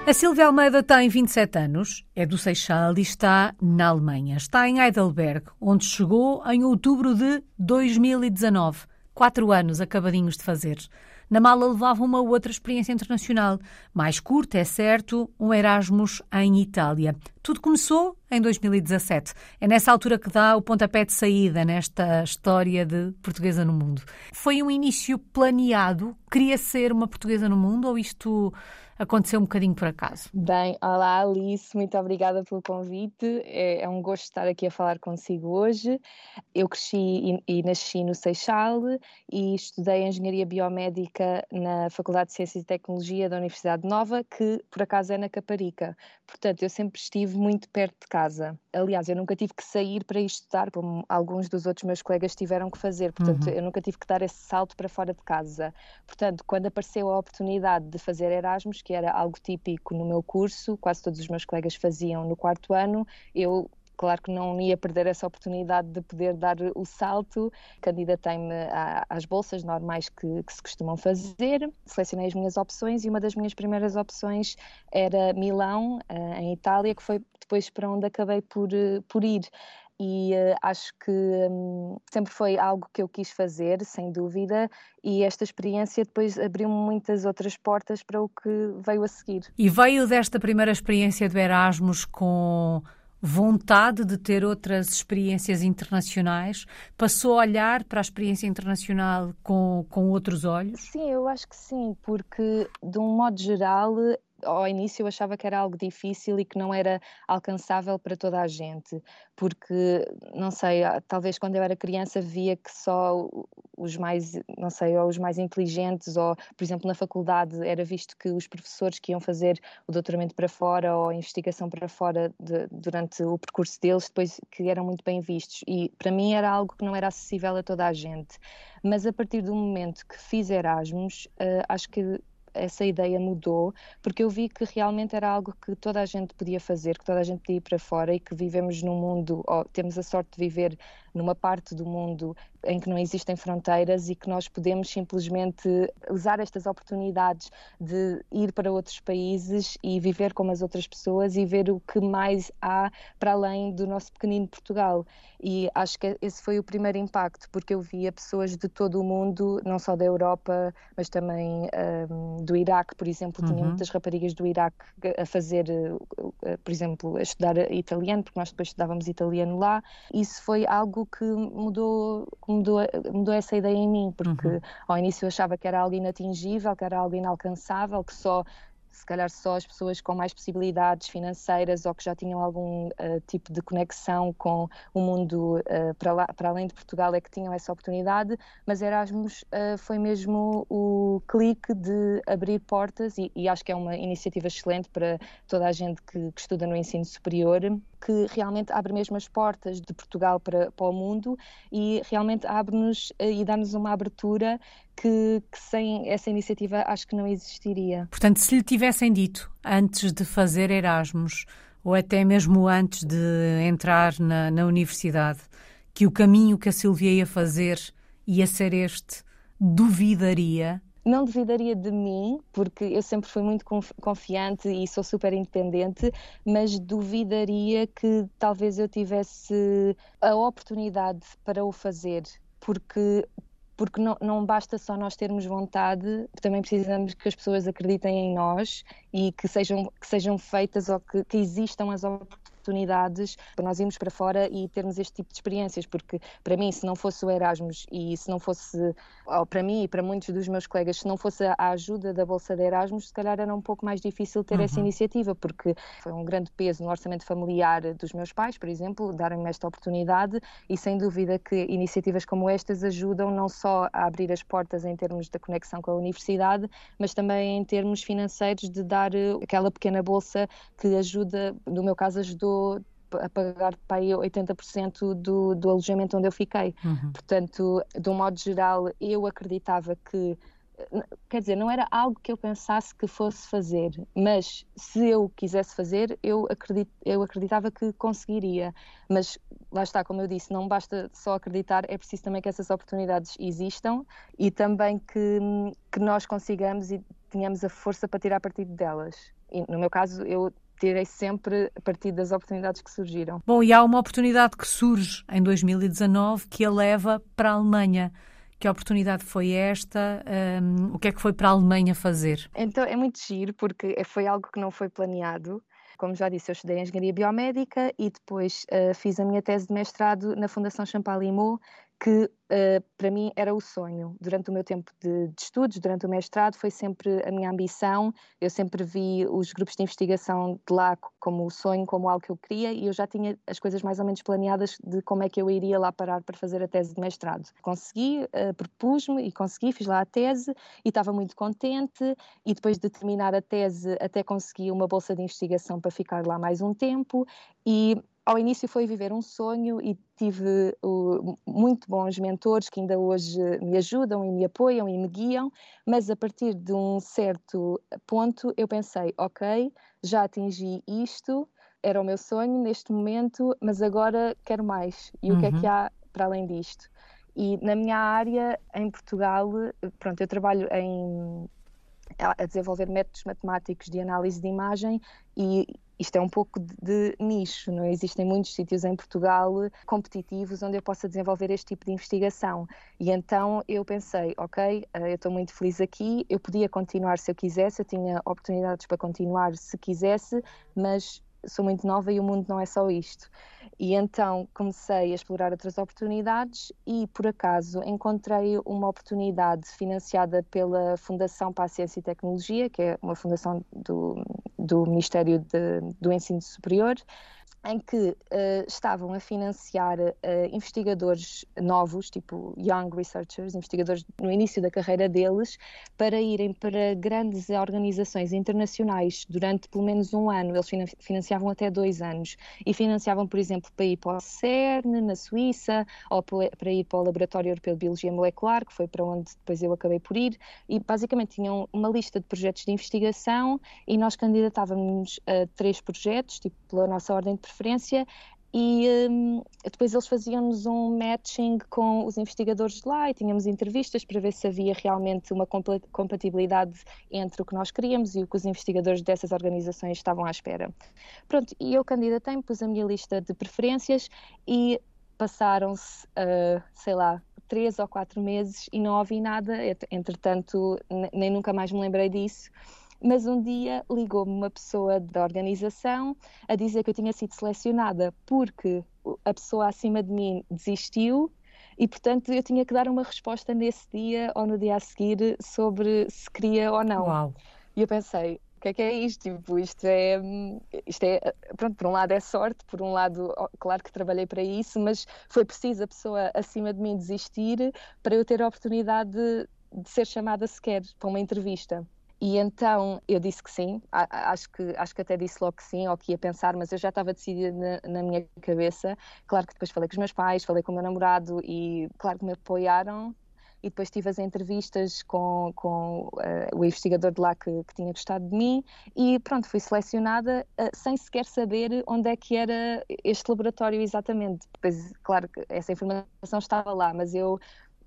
A Sílvia Almeida tem 27 anos, é do Seixal e está na Alemanha. Está em Heidelberg, onde chegou em outubro de 2019. 4 anos acabadinhos de fazer. Na mala levava uma outra experiência internacional. Mais curta, é certo, um Erasmus em Itália. Tudo começou em 2017. É nessa altura que dá o pontapé de saída nesta história de portuguesa no mundo. Foi um início planeado? Queria ser uma portuguesa no mundo ou isto aconteceu um bocadinho por acaso? Bem, olá Alice, muito obrigada pelo convite. É um gosto estar aqui a falar consigo hoje. Eu cresci e nasci no Seixal e estudei Engenharia Biomédica na Faculdade de Ciências e Tecnologia da Universidade Nova, que por acaso é na Caparica. Portanto, eu sempre estive muito perto de casa. Aliás, eu nunca tive que sair para ir estudar, como alguns dos outros meus colegas tiveram que fazer. Portanto, eu nunca tive que dar esse salto para fora de casa. Portanto, quando apareceu a oportunidade de fazer Erasmus, que era algo típico no meu curso, quase todos os meus colegas faziam no 4º ano, eu, claro que não ia perder essa oportunidade de poder dar o salto. Candidatei-me às bolsas normais que se costumam fazer, selecionei as minhas opções e uma das minhas primeiras opções era Milão, em Itália, que foi depois para onde acabei por ir. E acho que sempre foi algo que eu quis fazer, sem dúvida, e esta experiência depois abriu-me muitas outras portas para o que veio a seguir. E veio desta primeira experiência do Erasmus com vontade de ter outras experiências internacionais? Passou a olhar para a experiência internacional com outros olhos? Sim, eu acho que sim, porque de um modo geral, ao início eu achava que era algo difícil e que não era alcançável para toda a gente, porque, não sei, talvez quando eu era criança via que só os mais, não sei, ou os mais inteligentes, ou, por exemplo, na faculdade era visto que os professores que iam fazer o doutoramento para fora ou a investigação para fora durante o percurso deles, depois que eram muito bem vistos, e para mim era algo que não era acessível a toda a gente. Mas a partir do momento que fiz Erasmus, acho que essa ideia mudou, porque eu vi que realmente era algo que toda a gente podia fazer, que toda a gente podia ir para fora e que vivemos num mundo, ou temos a sorte de viver numa parte do mundo em que não existem fronteiras e que nós podemos simplesmente usar estas oportunidades de ir para outros países e viver como as outras pessoas e ver o que mais há para além do nosso pequenino Portugal. E acho que esse foi o primeiro impacto, porque eu via pessoas de todo o mundo, não só da Europa, mas também do Iraque, por exemplo. Tinha muitas raparigas do Iraque a fazer, por exemplo, a estudar italiano, porque nós depois estudávamos italiano lá. Isso foi algo que mudou essa ideia em mim, porque ao início eu achava que era algo inatingível, que era algo inalcançável, que se calhar só as pessoas com mais possibilidades financeiras ou que já tinham algum tipo de conexão com o mundo para além de Portugal é que tinham essa oportunidade, mas Erasmus foi mesmo o clique de abrir portas e acho que é uma iniciativa excelente para toda a gente que estuda no ensino superior, que realmente abre mesmo as portas de Portugal para o mundo e realmente abre-nos e dá-nos uma abertura que sem essa iniciativa acho que não existiria. Portanto, se lhe tivessem dito antes de fazer Erasmus ou até mesmo antes de entrar na universidade que o caminho que a Sílvia ia fazer ia ser este, duvidaria? Não duvidaria de mim, porque eu sempre fui muito confiante e sou super independente, mas duvidaria que talvez eu tivesse a oportunidade para o fazer, porque não basta só nós termos vontade, também precisamos que as pessoas acreditem em nós e que sejam feitas ou que existam as oportunidades para nós irmos para fora e termos este tipo de experiências, porque para mim, se não fosse o Erasmus e se não fosse, ou para mim e para muitos dos meus colegas, se não fosse a ajuda da Bolsa de Erasmus, se calhar era um pouco mais difícil ter essa iniciativa, porque foi um grande peso no orçamento familiar dos meus pais, por exemplo, darem-me esta oportunidade e sem dúvida que iniciativas como estas ajudam não só a abrir as portas em termos da conexão com a universidade, mas também em termos financeiros de dar aquela pequena bolsa que ajuda, no meu caso ajudou a pagar para aí 80% do alojamento onde eu fiquei. Portanto, de um modo geral, eu acreditava que, quer dizer, não era algo que eu pensasse que fosse fazer, mas se eu quisesse fazer, eu acreditava que conseguiria. Mas lá está, como eu disse, não basta só acreditar, é preciso também que essas oportunidades existam e também que nós consigamos e tenhamos a força para tirar partido delas. E no meu caso, eu tirei sempre a partir das oportunidades que surgiram. Bom, e há uma oportunidade que surge em 2019 que a leva para a Alemanha. Que oportunidade foi esta? O que é que foi para a Alemanha fazer? Então é muito giro porque foi algo que não foi planeado. Como já disse, eu estudei Engenharia Biomédica e depois fiz a minha tese de mestrado na Fundação Champalimau, que para mim era o sonho. Durante o meu tempo de estudos, durante o mestrado, foi sempre a minha ambição. Eu sempre vi os grupos de investigação de lá como o sonho, como algo que eu queria, e eu já tinha as coisas mais ou menos planeadas de como é que eu iria lá parar para fazer a tese de mestrado. Consegui, propus-me e consegui, fiz lá a tese e estava muito contente, e depois de terminar a tese até consegui uma bolsa de investigação para ficar lá mais um tempo, e ao início foi viver um sonho e tive muito bons mentores que ainda hoje me ajudam e me apoiam e me guiam, mas a partir de um certo ponto eu pensei, ok, já atingi isto, era o meu sonho neste momento, mas agora quero mais. E o que é que há para além disto? E na minha área, em Portugal, pronto, eu trabalho a desenvolver métodos matemáticos de análise de imagem e isto é um pouco de nicho, não existem muitos sítios em Portugal competitivos onde eu possa desenvolver este tipo de investigação. E então eu pensei, ok, eu estou muito feliz aqui, eu podia continuar se eu quisesse, eu tinha oportunidades para continuar se quisesse, mas sou muito nova e o mundo não é só isto. E então comecei a explorar outras oportunidades e, por acaso, encontrei uma oportunidade financiada pela Fundação para a Ciência e Tecnologia, que é uma fundação do Ministério do Ensino Superior, em que estavam a financiar investigadores novos, tipo young researchers, investigadores no início da carreira deles, para irem para grandes organizações internacionais durante pelo menos um ano. Eles financiavam até 2 anos e financiavam, por exemplo, para ir para o CERN, na Suíça, ou para ir para o Laboratório Europeu de Biologia Molecular, que foi para onde depois eu acabei por ir, e basicamente tinham uma lista de projetos de investigação e nós candidatávamos a 3 projetos, tipo pela nossa ordem de preferência, e depois eles faziam-nos um matching com os investigadores de lá e tínhamos entrevistas para ver se havia realmente uma compatibilidade entre o que nós queríamos e o que os investigadores dessas organizações estavam à espera. Pronto, e eu candidatei-me, pus a minha lista de preferências e passaram-se, sei lá, 3 ou 4 meses e não ouvi nada, entretanto nem nunca mais me lembrei disso. Mas um dia ligou-me uma pessoa da organização a dizer que eu tinha sido selecionada porque a pessoa acima de mim desistiu e, portanto, eu tinha que dar uma resposta nesse dia ou no dia a seguir sobre se queria ou não. Uau. E eu pensei, o que é isto? Tipo, isto é, pronto, por um lado é sorte, por um lado, claro que trabalhei para isso, mas foi preciso a pessoa acima de mim desistir para eu ter a oportunidade de ser chamada sequer para uma entrevista. E então eu disse que sim, acho que até disse logo que sim, ou que ia pensar, mas eu já estava decidida na minha cabeça. Claro que depois falei com os meus pais, falei com o meu namorado e claro que me apoiaram. E depois tive as entrevistas com o investigador de lá que tinha gostado de mim e pronto, fui selecionada sem sequer saber onde é que era este laboratório exatamente. Depois, claro que essa informação estava lá, mas eu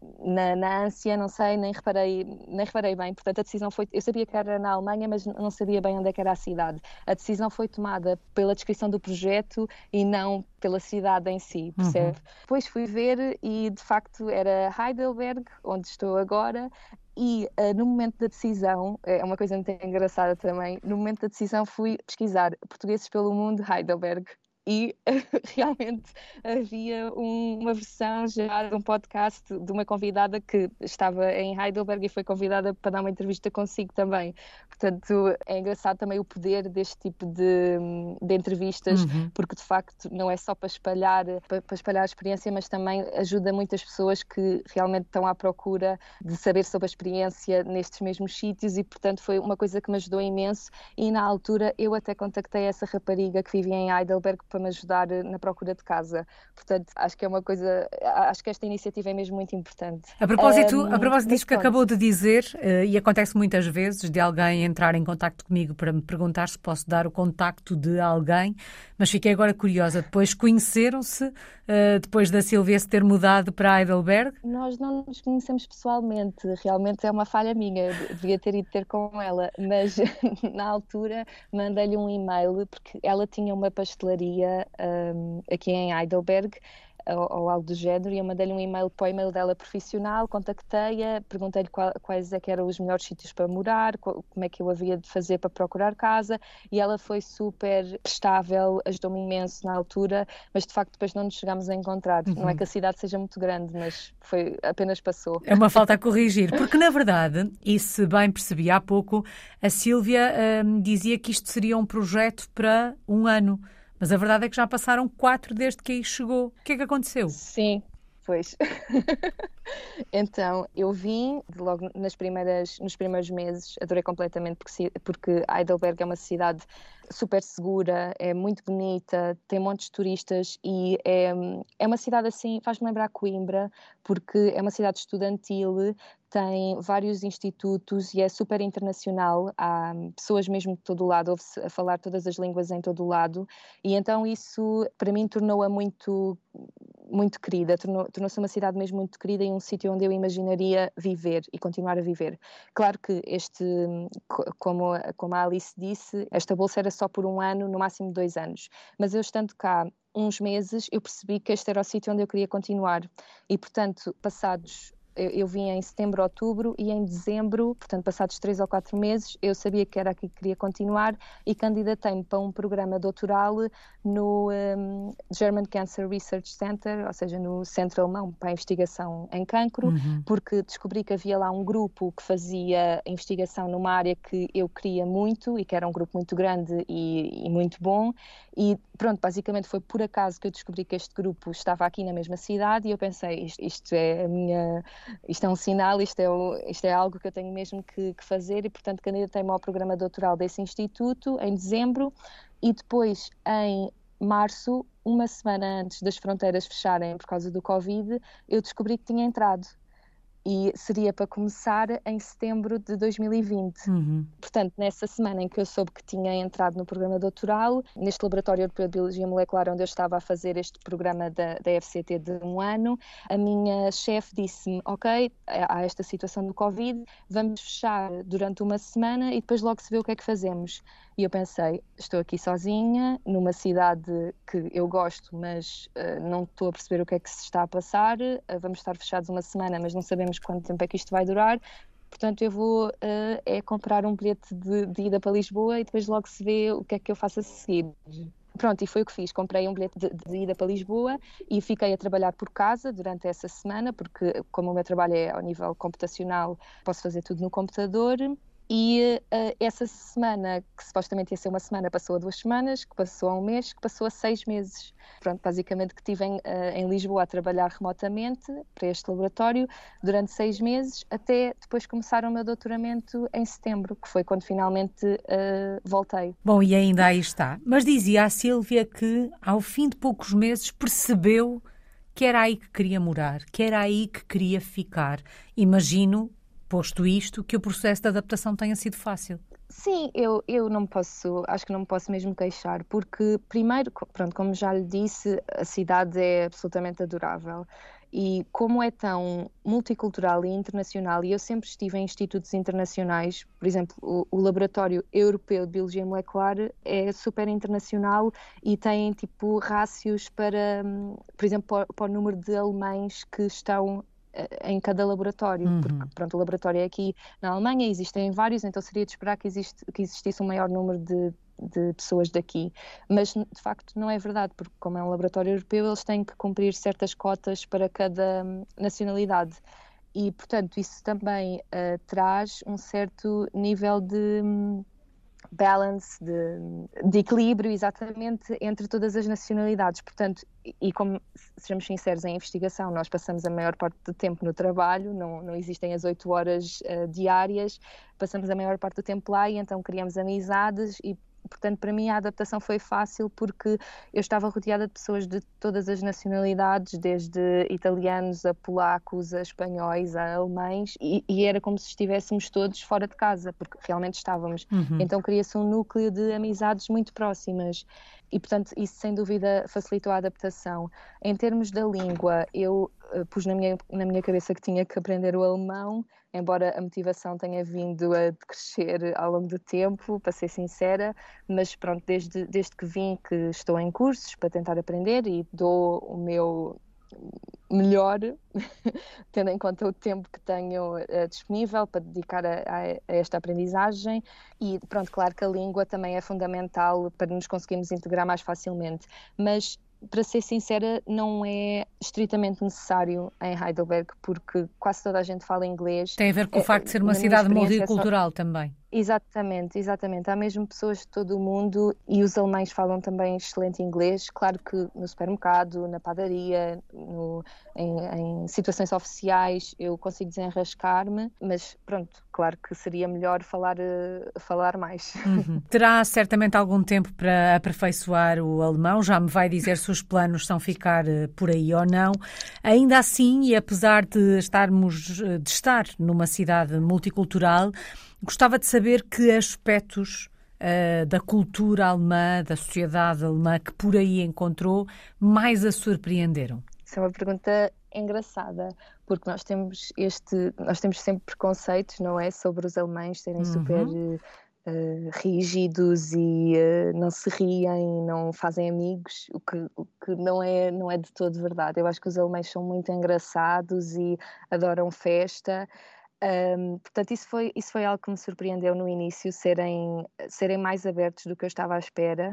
na ânsia, não sei, nem reparei bem, portanto a decisão foi, eu sabia que era na Alemanha, mas não sabia bem onde é que era a cidade. A decisão foi tomada pela descrição do projeto e não pela cidade em si, percebe? Depois fui ver e de facto era Heidelberg, onde estou agora, e no momento da decisão, é uma coisa muito engraçada também, no momento da decisão fui pesquisar portugueses pelo mundo, Heidelberg. E realmente havia uma versão já de um podcast de uma convidada que estava em Heidelberg e foi convidada para dar uma entrevista consigo também. Portanto, é engraçado também o poder deste tipo de entrevistas, porque de facto não é só para espalhar a experiência, mas também ajuda muitas pessoas que realmente estão à procura de saber sobre a experiência nestes mesmos sítios e, portanto, foi uma coisa que me ajudou imenso e na altura eu até contactei essa rapariga que vivia em Heidelberg para me ajudar na procura de casa. Portanto, acho que é uma coisa, acho que esta iniciativa é mesmo muito importante. A propósito disso que acabou de dizer, e acontece muitas vezes, de alguém entrar em contacto comigo para me perguntar se posso dar o contacto de alguém, Mas fiquei agora curiosa, depois conheceram-se, depois da Sílvia se ter mudado para Heidelberg? Nós não nos conhecemos pessoalmente, realmente é uma falha minha, eu devia ter ido ter com ela, mas na altura mandei-lhe um e-mail, porque ela tinha uma pastelaria aqui em Heidelberg, ou algo do género, e eu mandei-lhe um e-mail para o e-mail dela profissional, contactei-a, perguntei-lhe quais é que eram os melhores sítios para morar, como é que eu havia de fazer para procurar casa, e ela foi super prestável, ajudou-me imenso na altura, mas de facto depois não nos chegámos a encontrar. Não é que a cidade seja muito grande, mas apenas passou. É uma falta a corrigir, porque na verdade, e se bem percebi há pouco, a Sílvia dizia que isto seria um projeto para um ano. Mas a verdade é que já passaram 4 desde que aí chegou. O que é que aconteceu? Sim, pois. Então, eu vim logo nos primeiros meses, adorei completamente, porque Heidelberg é uma cidade super segura, é muito bonita, tem montes de turistas e é uma cidade assim, faz-me lembrar Coimbra, porque é uma cidade estudantil, tem vários institutos e é super internacional, há pessoas mesmo de todo o lado, ouve-se a falar todas as línguas em todo o lado, e então isso para mim tornou-a muito querida, tornou-se uma cidade mesmo muito querida e um sítio onde eu imaginaria viver e continuar a viver. Claro que como a Alice disse, esta bolsa era só por um ano, no máximo 2 anos, mas eu estando cá uns meses, eu percebi que este era o sítio onde eu queria continuar e, portanto, eu vim em setembro, outubro e em dezembro, portanto passados 3 ou 4 meses, eu sabia que era aqui que queria continuar e candidatei-me para um programa doutoral no German Cancer Research Center, ou seja, no Centro Alemão para a Investigação em Cancro, porque descobri que havia lá um grupo que fazia investigação numa área que eu queria muito e que era um grupo muito grande e muito bom e pronto, basicamente foi por acaso que eu descobri que este grupo estava aqui na mesma cidade e eu pensei, isto é um sinal, isto é algo que eu tenho mesmo que fazer e, portanto, candidatei-me ao programa doutoral desse instituto em dezembro e depois, em março, uma semana antes das fronteiras fecharem por causa do Covid, eu descobri que tinha entrado. E seria para começar em setembro de 2020. Portanto, nessa semana em que eu soube que tinha entrado no programa doutoral, neste Laboratório Europeu de Biologia Molecular, onde eu estava a fazer este programa da FCT de um ano, a minha chefe disse-me, ok, há esta situação do Covid, vamos fechar durante uma semana e depois logo se vê o que é que fazemos. E eu pensei, estou aqui sozinha, numa cidade que eu gosto, mas não estou a perceber o que é que se está a passar, vamos estar fechados uma semana, mas não sabemos quanto tempo é que isto vai durar, portanto eu vou comprar um bilhete de ida para Lisboa e depois logo se vê o que é que eu faço a seguir. Pronto, e foi o que fiz, comprei um bilhete de ida para Lisboa e fiquei a trabalhar por casa durante essa semana, porque como o meu trabalho é ao nível computacional, posso fazer tudo no computador. E essa semana, que supostamente ia ser uma semana, passou a 2 semanas, que passou a 1 mês, que passou a 6 meses. Pronto, basicamente que estive em Lisboa a trabalhar remotamente para este laboratório durante 6 meses, até depois começar o meu doutoramento em setembro, que foi quando finalmente voltei. Bom, e ainda aí está. Mas dizia a Sílvia que, ao fim de poucos meses, percebeu que era aí que queria morar, que era aí que queria ficar. Imagino, posto isto, que o processo de adaptação tenha sido fácil. Sim, eu não posso, acho que não me posso mesmo queixar, porque primeiro, pronto, como já lhe disse, a cidade é absolutamente adorável e como é tão multicultural e internacional, e eu sempre estive em institutos internacionais, por exemplo, o Laboratório Europeu de Biologia Molecular é super internacional e tem tipo rácios para, por exemplo, para o número de alemães que estão em cada laboratório, porque pronto, o laboratório é aqui na Alemanha, existem vários, então seria de esperar que existisse um maior número de pessoas daqui, mas de facto não é verdade, porque como é um laboratório europeu, eles têm que cumprir certas cotas para cada nacionalidade e, portanto, isso também traz um certo nível de balance, de equilíbrio, exatamente, entre todas as nacionalidades. Portanto, e como, sejamos sinceros, em investigação, nós passamos a maior parte do tempo no trabalho, não existem as 8 horas diárias, passamos a maior parte do tempo lá e então criamos amizades e Portanto, para mim a adaptação foi fácil porque eu estava rodeada de pessoas de todas as nacionalidades, desde italianos a polacos, a espanhóis, a alemães, e era como se estivéssemos todos fora de casa, porque realmente estávamos. Então cria-se um núcleo de amizades muito próximas e, portanto, isso sem dúvida facilitou a adaptação. Em termos da língua, eu pus na minha cabeça que tinha que aprender o alemão, embora a motivação tenha vindo a crescer ao longo do tempo, para ser sincera, mas pronto, desde que vim que estou em cursos para tentar aprender e dou o meu melhor, tendo em conta o tempo que tenho disponível para dedicar a esta aprendizagem e pronto, claro que a língua também é fundamental para nos conseguirmos integrar mais facilmente, mas para ser sincera, não é estritamente necessário em Heidelberg, porque quase toda a gente fala inglês. Tem a ver com o facto de ser uma cidade multicultural também. Exatamente. Há mesmo pessoas de todo o mundo e os alemães falam também excelente inglês. Claro que no supermercado, na padaria, em situações oficiais eu consigo desenrascar-me, mas pronto, claro que seria melhor falar mais. Terá certamente algum tempo para aperfeiçoar o alemão, já me vai dizer se os planos são ficar por aí ou não. Ainda assim, e apesar de estar numa cidade multicultural, gostava de saber que aspectos da cultura alemã, da sociedade alemã que por aí encontrou, mais a surpreenderam. Isso é uma pergunta engraçada, porque nós temos sempre preconceitos, não é? Sobre os alemães serem super rígidos e não se riem, não fazem amigos, o que não é de todo verdade. Eu acho que os alemães são muito engraçados e adoram festa. Portanto, isso foi algo que me surpreendeu no início, serem mais abertos do que eu estava à espera.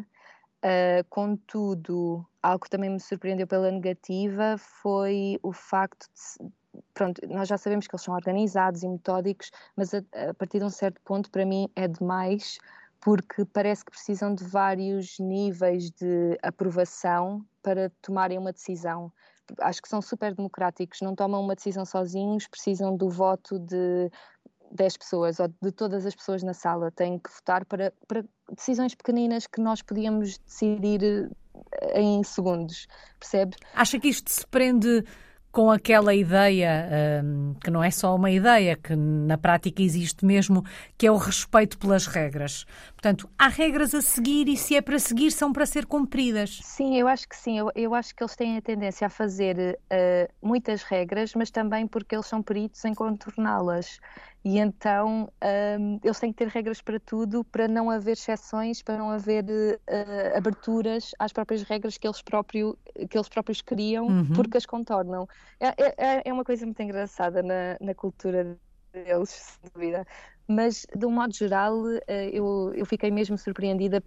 Contudo, algo que também me surpreendeu pela negativa foi o facto de, pronto, nós já sabemos que eles são organizados e metódicos, mas a partir de um certo ponto, para mim, é demais, porque parece que precisam de vários níveis de aprovação para tomarem uma decisão. Acho que são super democráticos, não tomam uma decisão sozinhos, precisam do voto de 10 pessoas ou de todas as pessoas na sala. Têm que votar para decisões pequeninas que nós podíamos decidir em segundos, percebe? Acha que isto se prende com aquela ideia, que não é só uma ideia, que na prática existe mesmo, que é o respeito pelas regras? Portanto, há regras a seguir e se é para seguir, são para ser cumpridas. Sim, eu acho que sim. Eu acho que eles têm a tendência a fazer muitas regras, mas também porque eles são peritos em contorná-las. E então eles têm que ter regras para tudo, para não haver exceções, para não haver aberturas às próprias regras que eles próprios criam, porque as contornam. É uma coisa muito engraçada na cultura deles, sem dúvida. Mas, de um modo geral, eu fiquei mesmo surpreendida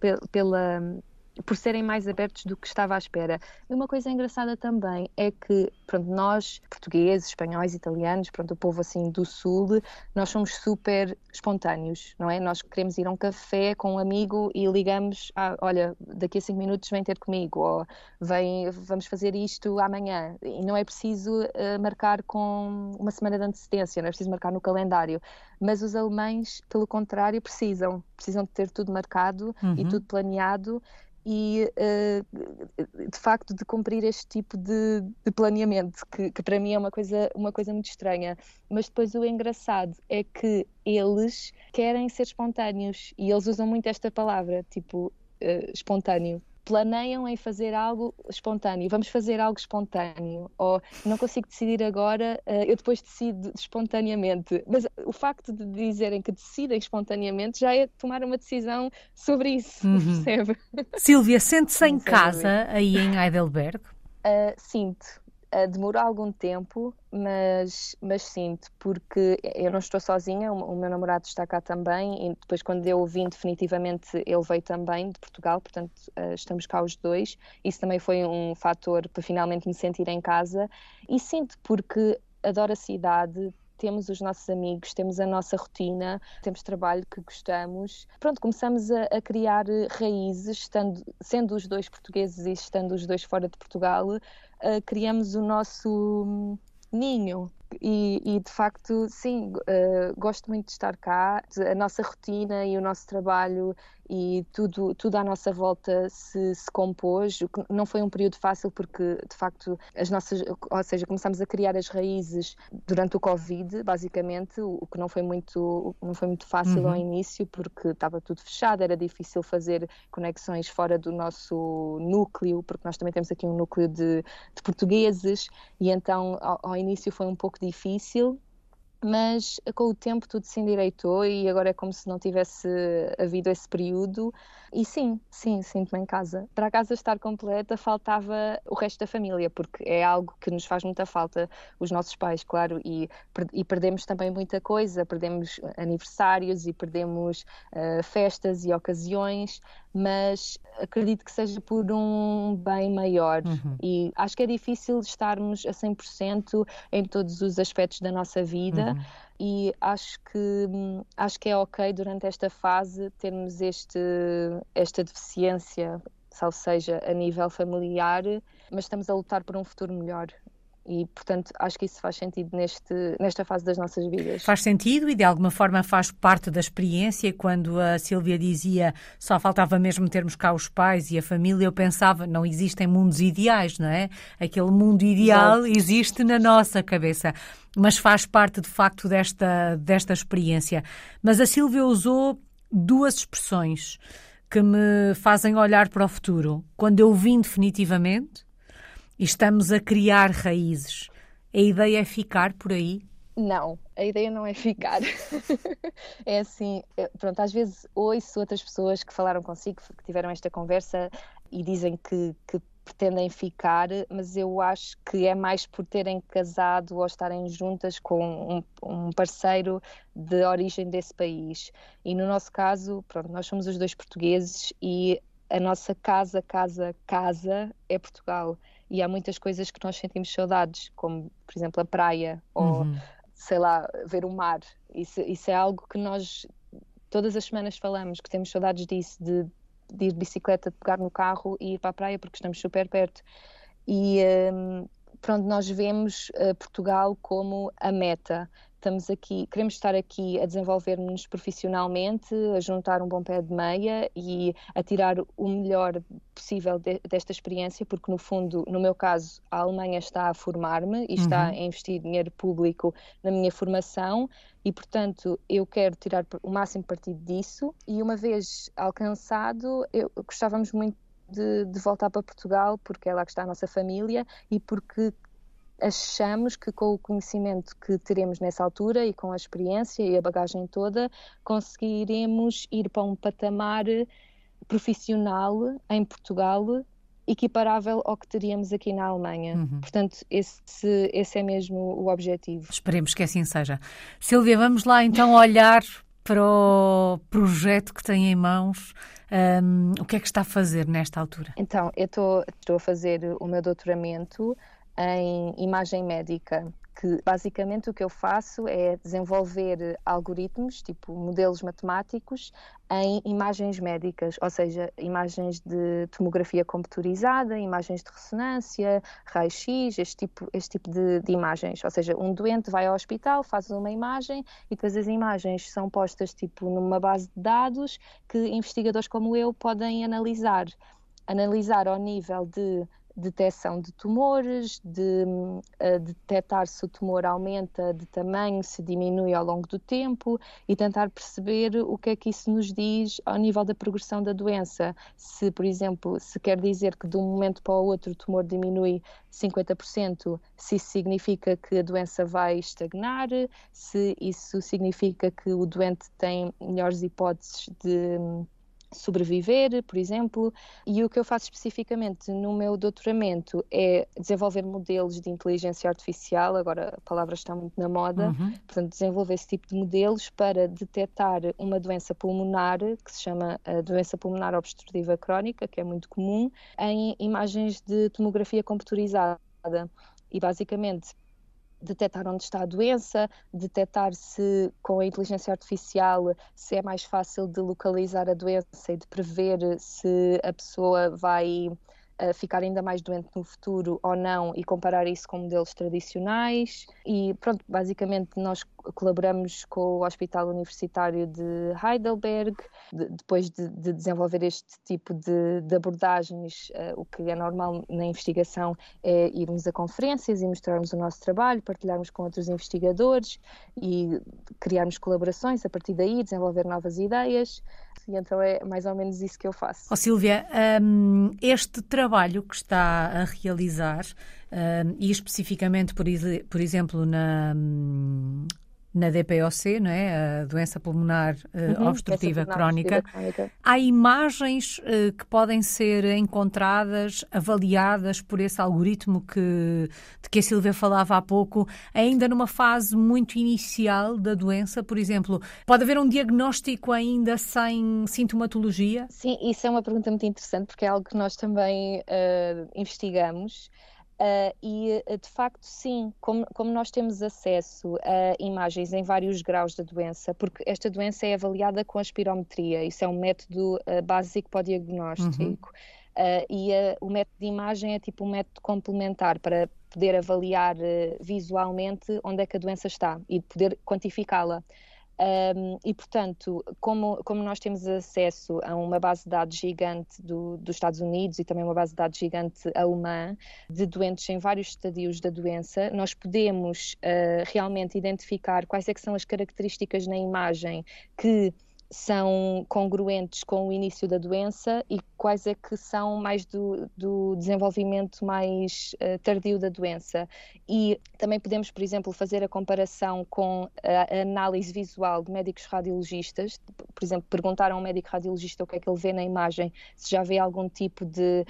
por serem mais abertos do que estava à espera. E uma coisa engraçada também é que, pronto, nós, portugueses, espanhóis, italianos, pronto, o povo assim do sul, nós somos super espontâneos, não é? Nós queremos ir a um café com um amigo e ligamos, olha, daqui a 5 minutos vem ter comigo, ou vamos fazer isto amanhã. E não é preciso marcar com uma semana de antecedência, não é preciso marcar no calendário. Mas os alemães, pelo contrário, precisam de ter tudo marcado e tudo planeado, e de facto de cumprir este tipo de planeamento que para mim é uma coisa muito estranha, mas depois o engraçado é que eles querem ser espontâneos e eles usam muito esta palavra, tipo espontâneo. Planeiam em fazer algo espontâneo, vamos fazer algo espontâneo, ou não consigo decidir agora, eu depois decido espontaneamente. Mas o facto de dizerem que decidem espontaneamente já é tomar uma decisão sobre isso, percebe? Sílvia, sente-se em casa aí em Heidelberg? Sinto. Demorou algum tempo, mas sinto, porque eu não estou sozinha, o meu namorado está cá também, e depois quando eu vim definitivamente ele veio também de Portugal, portanto estamos cá os dois. Isso também foi um fator para finalmente me sentir em casa, e sinto porque adoro a cidade, temos os nossos amigos, temos a nossa rotina, temos trabalho que gostamos. Pronto, começamos a criar raízes, sendo os dois portugueses e estando os dois fora de Portugal, criamos o nosso ninho. E de facto, sim, gosto muito de estar cá. A nossa rotina e o nosso trabalho e tudo à nossa volta se compôs. Não foi um período fácil porque, de facto, ou seja, começámos a criar as raízes durante o Covid, basicamente, o que não foi muito fácil ao início, porque estava tudo fechado, era difícil fazer conexões fora do nosso núcleo, porque nós também temos aqui um núcleo de portugueses, e então ao início foi um pouco difícil, mas com o tempo tudo se endireitou e agora é como se não tivesse havido esse período. E sim, sinto-me em casa. Para a casa estar completa faltava o resto da família, porque é algo que nos faz muita falta, os nossos pais, claro, e perdemos também muita coisa, perdemos aniversários e perdemos festas e ocasiões, mas acredito que seja por um bem maior. E acho que é difícil estarmos a 100% em todos os aspectos da nossa vida, e acho que é ok durante esta fase termos esta deficiência, ou seja, a nível familiar, mas estamos a lutar por um futuro melhor. E, portanto, acho que isso faz sentido nesta fase das nossas vidas. Faz sentido e, de alguma forma, faz parte da experiência. Quando a Sílvia dizia só faltava mesmo termos cá os pais e a família, eu pensava, não existem mundos ideais, não é? Aquele mundo ideal existe na nossa cabeça, mas faz parte, de facto, desta experiência. Mas a Sílvia usou duas expressões que me fazem olhar para o futuro. Quando eu vim definitivamente... E estamos a criar raízes. A ideia é ficar por aí? Não, a ideia não é ficar. É assim, pronto, às vezes ouço outras pessoas que falaram consigo, que tiveram esta conversa e dizem que pretendem ficar, mas eu acho que é mais por terem casado ou estarem juntas com um parceiro de origem desse país. E no nosso caso, pronto, nós somos os dois portugueses e a nossa casa é Portugal. E há muitas coisas que nós sentimos saudades, como, por exemplo, a praia ou, sei lá, ver o mar. Isso é algo que nós todas as semanas falamos, que temos saudades disso, de ir de bicicleta, de pegar no carro e ir para a praia, porque estamos super perto. E pronto, nós vemos Portugal como a meta. Estamos aqui, queremos estar aqui a desenvolver-nos profissionalmente, a juntar um bom pé de meia e a tirar o melhor possível desta experiência, porque no fundo, no meu caso, a Alemanha está a formar-me e está a investir dinheiro público na minha formação e, portanto, eu quero tirar o máximo partido disso e uma vez alcançado, gostávamos muito de voltar para Portugal, porque é lá que está a nossa família e porque achamos que com o conhecimento que teremos nessa altura e com a experiência e a bagagem toda, conseguiremos ir para um patamar profissional em Portugal equiparável ao que teríamos aqui na Alemanha. Portanto, esse é mesmo o objetivo. Esperemos que assim seja. Sílvia, vamos lá então olhar para o projeto que tem em mãos. O que é que está a fazer nesta altura? Então, eu estou a fazer o meu doutoramento em imagem médica, que basicamente o que eu faço é desenvolver algoritmos, tipo modelos matemáticos, em imagens médicas, ou seja, imagens de tomografia computurizada, imagens de ressonância, raio-x, este tipo de imagens. Ou seja, um doente vai ao hospital, faz uma imagem e depois as imagens são postas tipo numa base de dados que investigadores como eu podem analisar ao nível de detecção de tumores, de detectar se o tumor aumenta de tamanho, se diminui ao longo do tempo e tentar perceber o que é que isso nos diz ao nível da progressão da doença. Se, por exemplo, se quer dizer que de um momento para o outro o tumor diminui 50%, se isso significa que a doença vai estagnar, se isso significa que o doente tem melhores hipóteses de sobreviver, por exemplo, e o que eu faço especificamente no meu doutoramento é desenvolver modelos de inteligência artificial, agora a palavra está muito na moda, portanto desenvolver esse tipo de modelos para detectar uma doença pulmonar, que se chama a doença pulmonar obstrutiva crónica, que é muito comum, em imagens de tomografia computurizada e basicamente detectar onde está a doença, detectar se com a inteligência artificial se é mais fácil de localizar a doença e de prever se a pessoa vai ficar ainda mais doente no futuro ou não, e comparar isso com modelos tradicionais. E pronto, basicamente nós colaboramos com o Hospital Universitário de Heidelberg, depois de desenvolver este tipo de abordagens. O que é normal na investigação é irmos a conferências e mostrarmos o nosso trabalho, partilharmos com outros investigadores e criarmos colaborações a partir daí, desenvolver novas ideias. E então é mais ou menos isso que eu faço. Sílvia, este trabalho que está a realizar, e especificamente, por exemplo, na DPOC, não é? A doença pulmonar obstrutiva crónica, há imagens que podem ser encontradas, avaliadas por esse algoritmo de que a Sílvia falava há pouco, ainda numa fase muito inicial da doença, por exemplo. Pode haver um diagnóstico ainda sem sintomatologia? Sim, isso é uma pergunta muito interessante, porque é algo que nós também investigamos. E de facto sim, como nós temos acesso a imagens em vários graus da doença, porque esta doença é avaliada com a espirometria, isso é um método básico para o diagnóstico. O método de imagem é tipo um método complementar para poder avaliar visualmente onde é que a doença está e poder quantificá-la. E, portanto, como nós temos acesso a uma base de dados gigante dos Estados Unidos e também uma base de dados gigante alemã de doentes em vários estadios da doença, nós podemos realmente identificar quais é que são as características na imagem que são congruentes com o início da doença e quais é que são mais do desenvolvimento mais tardio da doença. E também podemos, por exemplo, fazer a comparação com a análise visual de médicos radiologistas. Por exemplo, perguntar a um médico radiologista o que é que ele vê na imagem, se já vê algum tipo de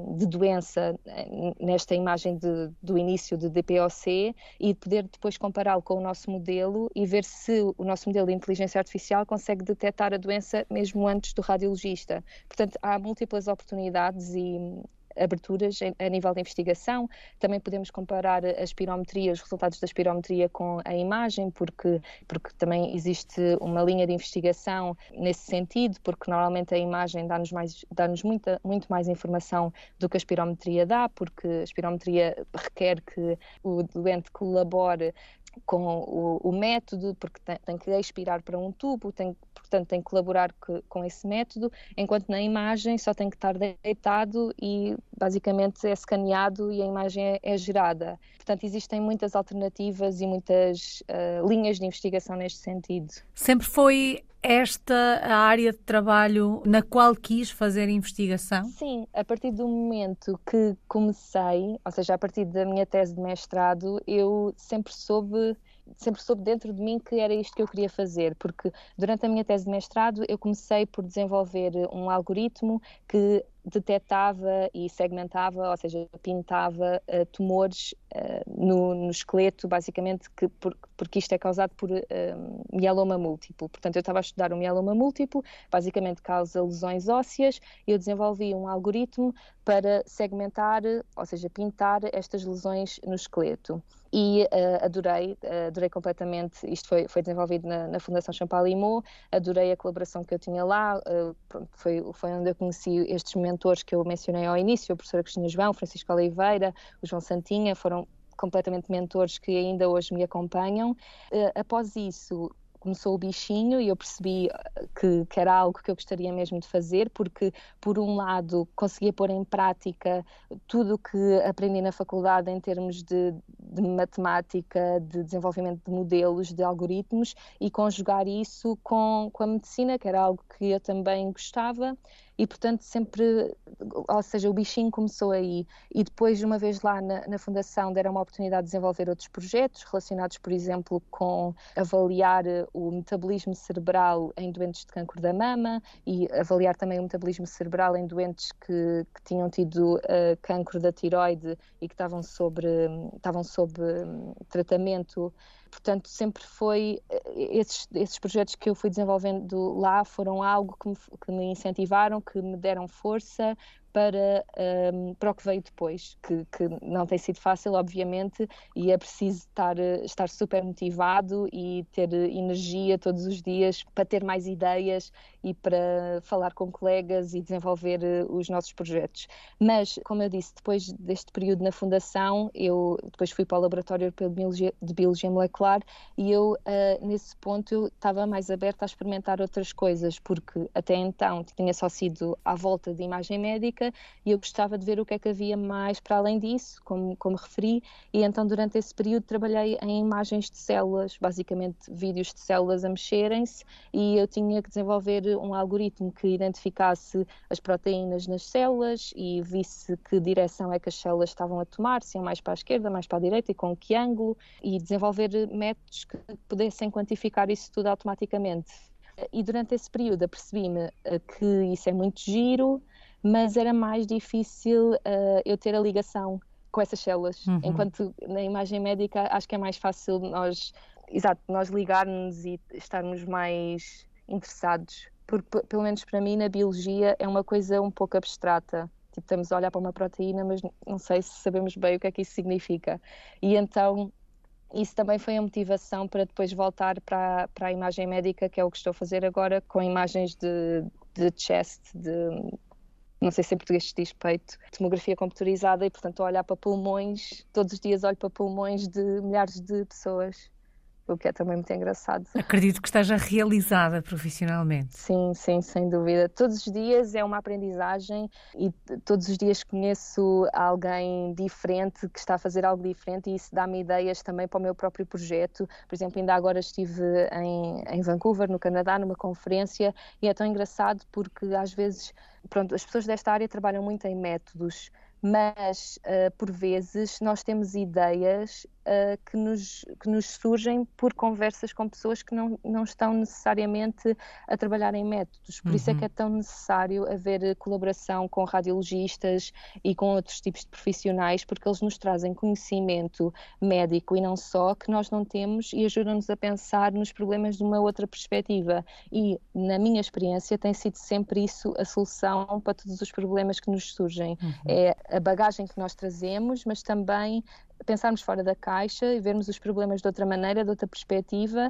doença nesta imagem do início de DPOC, e poder depois compará-lo com o nosso modelo e ver se o nosso modelo de inteligência artificial consegue detectar a doença mesmo antes do radiologista. Portanto, há múltiplas oportunidades e aberturas a nível de investigação. Também podemos comparar a espirometria, os resultados da espirometria com a imagem, porque também existe uma linha de investigação nesse sentido, porque normalmente a imagem dá-nos muito mais informação do que a espirometria dá, porque a espirometria requer que o doente colabore com o método, porque tem que expirar para um tubo, portanto tem que colaborar com esse método, enquanto na imagem só tem que estar deitado e basicamente é escaneado e a imagem é gerada. Portanto, existem muitas alternativas e muitas linhas de investigação neste sentido. Sempre foi esta a área de trabalho na qual quis fazer investigação? Sim, a partir do momento que comecei, ou seja, a partir da minha tese de mestrado, eu sempre soube dentro de mim que era isto que eu queria fazer, porque durante a minha tese de mestrado eu comecei por desenvolver um algoritmo que detectava e segmentava, ou seja, pintava tumores no esqueleto, basicamente, porque isto é causado por mieloma múltiplo. Portanto, eu estava a estudar o mieloma múltiplo, basicamente causa lesões ósseas, e eu desenvolvi um algoritmo para segmentar, ou seja, pintar estas lesões no esqueleto. E adorei completamente. Isto foi desenvolvido na Fundação Champalimau, adorei a colaboração que eu tinha lá. Foi onde eu conheci estes mentores que eu mencionei ao início, a professora Cristina João, Francisco Oliveira, o João Santinha, foram completamente mentores que ainda hoje me acompanham. Após isso, começou o bichinho e eu percebi que era algo que eu gostaria mesmo de fazer, porque, por um lado, conseguia pôr em prática tudo o que aprendi na faculdade em termos de matemática, de desenvolvimento de modelos, de algoritmos, e conjugar isso com a medicina, que era algo que eu também gostava. E, portanto, sempre, ou seja, o bichinho começou aí. E depois, uma vez lá na Fundação, deram uma oportunidade de desenvolver outros projetos relacionados, por exemplo, com avaliar o metabolismo cerebral em doentes de cancro da mama e avaliar também o metabolismo cerebral em doentes que tinham tido cancro da tiroide e que estavam sob tratamento. Portanto, sempre foi esses projetos que eu fui desenvolvendo lá foram algo que me incentivaram, que me deram força para o que veio depois, que não tem sido fácil, obviamente, e é preciso estar super motivado e ter energia todos os dias para ter mais ideias e para falar com colegas e desenvolver os nossos projetos. Mas, como eu disse, depois deste período na Fundação, eu depois fui para o Laboratório Europeu de Biologia Molecular e eu, nesse ponto, eu estava mais aberta a experimentar outras coisas, porque até então tinha só sido à volta de imagem médica e eu gostava de ver o que é que havia mais para além disso, como referi, e então durante esse período trabalhei em imagens de células, basicamente vídeos de células a mexerem-se, e eu tinha que desenvolver um algoritmo que identificasse as proteínas nas células e visse que direção é que as células estavam a tomar, se iam mais para a esquerda, mais para a direita e com que ângulo, e desenvolver métodos que pudessem quantificar isso tudo automaticamente. E durante esse período apercebi-me que isso é muito giro, mas era mais difícil eu ter a ligação com essas células. Enquanto na imagem médica acho que é mais fácil nós ligarmos e estarmos mais interessados. Porque, pelo menos para mim, na biologia é uma coisa um pouco abstrata. Tipo, estamos a olhar para uma proteína, mas não sei se sabemos bem o que é que isso significa. E então isso também foi a motivação para depois voltar para a imagem médica, que é o que estou a fazer agora, com imagens de chest, não sei se em português se diz peito, tomografia computadorizada, e portanto a olhar para pulmões, todos os dias olho para pulmões de milhares de pessoas, o que é também muito engraçado. Acredito que esteja realizada profissionalmente. Sim, sem dúvida. Todos os dias é uma aprendizagem e todos os dias conheço alguém diferente que está a fazer algo diferente, e isso dá-me ideias também para o meu próprio projeto. Por exemplo, ainda agora estive em Vancouver, no Canadá, numa conferência, e é tão engraçado porque às vezes, pronto, as pessoas desta área trabalham muito em métodos, mas por vezes nós temos ideias que nos surgem por conversas com pessoas que não estão necessariamente a trabalhar em métodos. Por isso é que é tão necessário haver colaboração com radiologistas e com outros tipos de profissionais, porque eles nos trazem conhecimento médico e não só, que nós não temos, e ajudam-nos a pensar nos problemas de uma outra perspectiva. E, na minha experiência, tem sido sempre isso a solução para todos os problemas que nos surgem. É a bagagem que nós trazemos, mas também pensarmos fora da caixa e vermos os problemas de outra maneira, de outra perspectiva,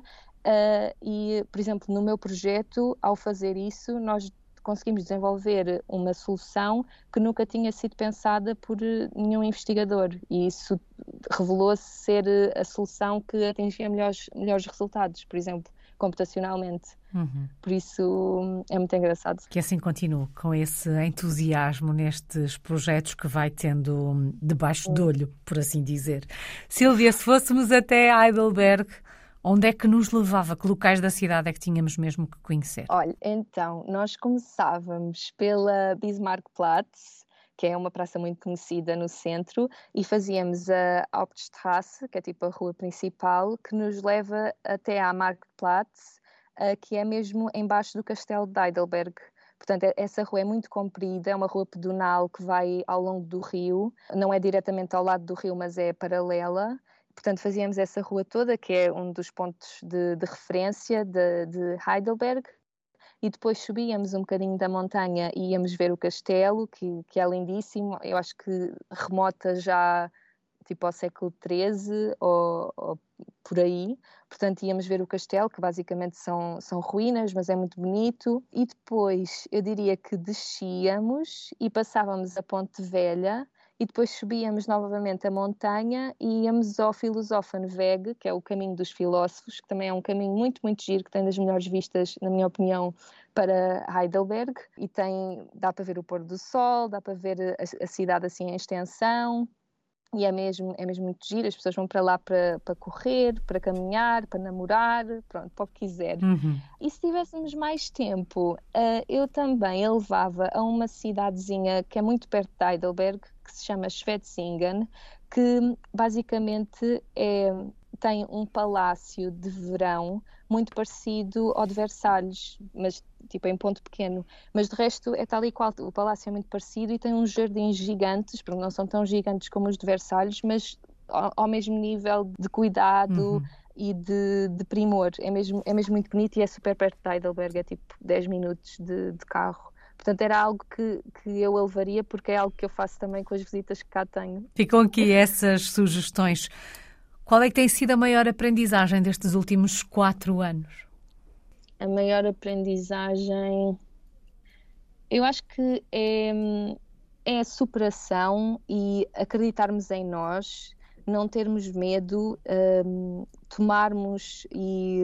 e, por exemplo, no meu projeto, ao fazer isso, nós conseguimos desenvolver uma solução que nunca tinha sido pensada por nenhum investigador, e isso revelou-se ser a solução que atingia melhores resultados, por exemplo, computacionalmente. Por isso é muito engraçado. Que assim continue, com esse entusiasmo nestes projetos que vai tendo debaixo do olho, por assim dizer. Sílvia, se fôssemos até Heidelberg, onde é que nos levava? Que locais da cidade é que tínhamos mesmo que conhecer? Olha, então, nós começávamos pela Bismarckplatz, que é uma praça muito conhecida no centro, e fazíamos a Hauptstrasse, que é tipo a rua principal, que nos leva até à Marktplatz, que é mesmo embaixo do castelo de Heidelberg. Portanto, essa rua é muito comprida, é uma rua pedonal que vai ao longo do rio, não é diretamente ao lado do rio, mas é paralela. Portanto, fazíamos essa rua toda, que é um dos pontos de referência de Heidelberg, e depois subíamos um bocadinho da montanha e íamos ver o castelo, que é lindíssimo. Eu acho que remota já tipo ao século XIII ou por aí. Portanto, íamos ver o castelo, que basicamente são ruínas, mas é muito bonito. E depois, eu diria que descíamos e passávamos a Ponte Velha, e depois subíamos novamente a montanha e íamos ao Philosophenweg, que é o caminho dos filósofos, que também é um caminho muito, muito giro, que tem das melhores vistas, na minha opinião, para Heidelberg. E dá para ver o pôr do sol, dá para ver a cidade assim em extensão. E é mesmo muito giro, as pessoas vão para lá para correr, para caminhar, para namorar, pronto, para o que quiser. E se tivéssemos mais tempo, eu também a levava a uma cidadezinha que é muito perto de Heidelberg, que se chama Schwetzingen, que basicamente tem um palácio de verão muito parecido ao de Versalhes, mas tipo em ponto pequeno, mas de resto é tal e qual, o palácio é muito parecido e tem uns jardins gigantes, porque não são tão gigantes como os de Versalhes, mas ao mesmo nível de cuidado e de primor. É mesmo muito bonito e é super perto de Heidelberg, é tipo 10 minutos de carro. Portanto, era algo que eu a levaria, porque é algo que eu faço também com as visitas que cá tenho. Ficam aqui essas sugestões. Qual é que tem sido a maior aprendizagem destes últimos 4 anos? A maior aprendizagem, eu acho que é a superação e acreditarmos em nós, não termos medo, tomarmos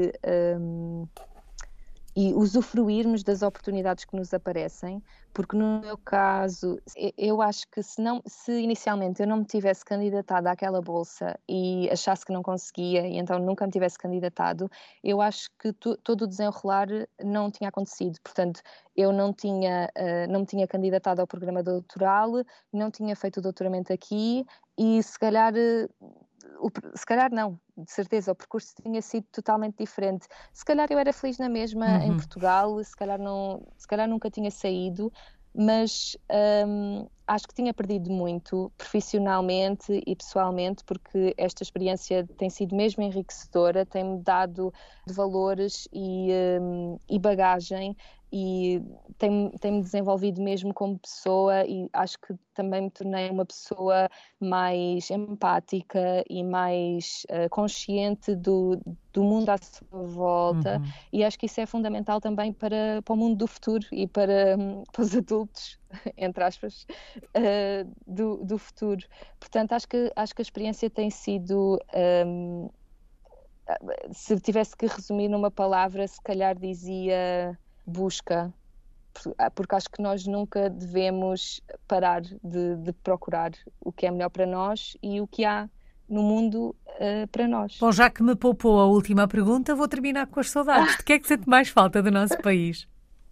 e usufruirmos das oportunidades que nos aparecem, porque no meu caso, eu acho que se inicialmente eu não me tivesse candidatado àquela bolsa e achasse que não conseguia e então nunca me tivesse candidatado, eu acho que todo o desenrolar não tinha acontecido. Portanto, eu não me tinha candidatado ao programa doutoral, não tinha feito o doutoramento aqui e se calhar não, de certeza, o percurso tinha sido totalmente diferente. Se calhar eu era feliz na mesma em Portugal, se calhar nunca tinha saído, mas acho que tinha perdido muito profissionalmente e pessoalmente, porque esta experiência tem sido mesmo enriquecedora, tem-me dado valores e bagagem e tem-me desenvolvido mesmo como pessoa, e acho que também me tornei uma pessoa mais empática e mais consciente do mundo à sua volta, e acho que isso é fundamental também para o mundo do futuro e para os adultos, entre aspas, do futuro. Portanto, acho que a experiência tem sido, se tivesse que resumir numa palavra, se calhar dizia busca, porque acho que nós nunca devemos parar de procurar o que é melhor para nós e o que há no mundo para nós. Bom, já que me poupou a última pergunta, vou terminar com as saudades. De que é que sente mais falta do nosso país?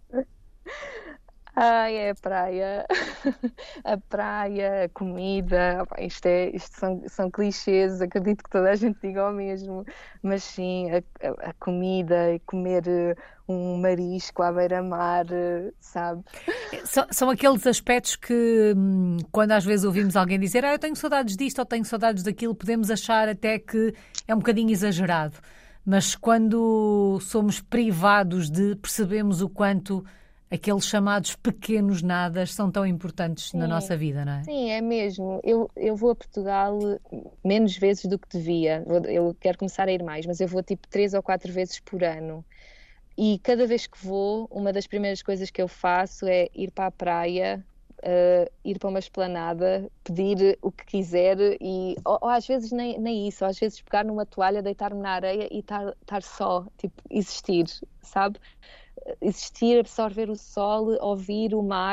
É a praia, a praia, a comida. Isto são clichês, acredito que toda a gente diga o mesmo, mas sim, a comida e comer um marisco à beira-mar, sabe? São aqueles aspectos que, quando às vezes ouvimos alguém dizer eu tenho saudades disto ou tenho saudades daquilo, podemos achar até que é um bocadinho exagerado, mas quando somos privados percebemos o quanto aqueles chamados pequenos nadas são tão importantes na nossa vida, não é? Sim, é mesmo. Eu vou a Portugal menos vezes do que devia. Eu quero começar a ir mais, mas eu vou tipo 3 ou 4 vezes por ano. E cada vez que vou, uma das primeiras coisas que eu faço é ir para a praia, ir para uma esplanada, pedir o que quiser ou às vezes nem isso, ou às vezes pegar numa toalha, deitar-me na areia e estar só, tipo, existir, sabe? Existir, absorver o sol, ouvir o mar,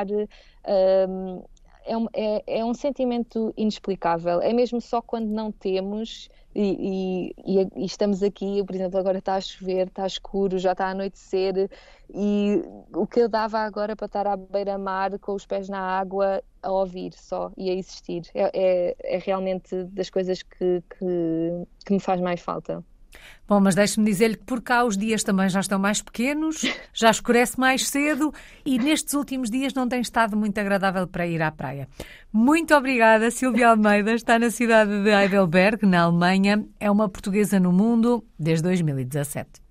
é um sentimento inexplicável. É mesmo só quando não temos e estamos aqui, por exemplo, agora está a chover, está escuro, já está a anoitecer, e o que eu dava agora para estar à beira-mar com os pés na água a ouvir só e a existir é realmente das coisas que me faz mais falta. Bom, mas deixe-me dizer-lhe que por cá os dias também já estão mais pequenos, já escurece mais cedo e nestes últimos dias não tem estado muito agradável para ir à praia. Muito obrigada, Sílvia Almeida, está na cidade de Heidelberg, na Alemanha, é uma portuguesa no mundo desde 2017.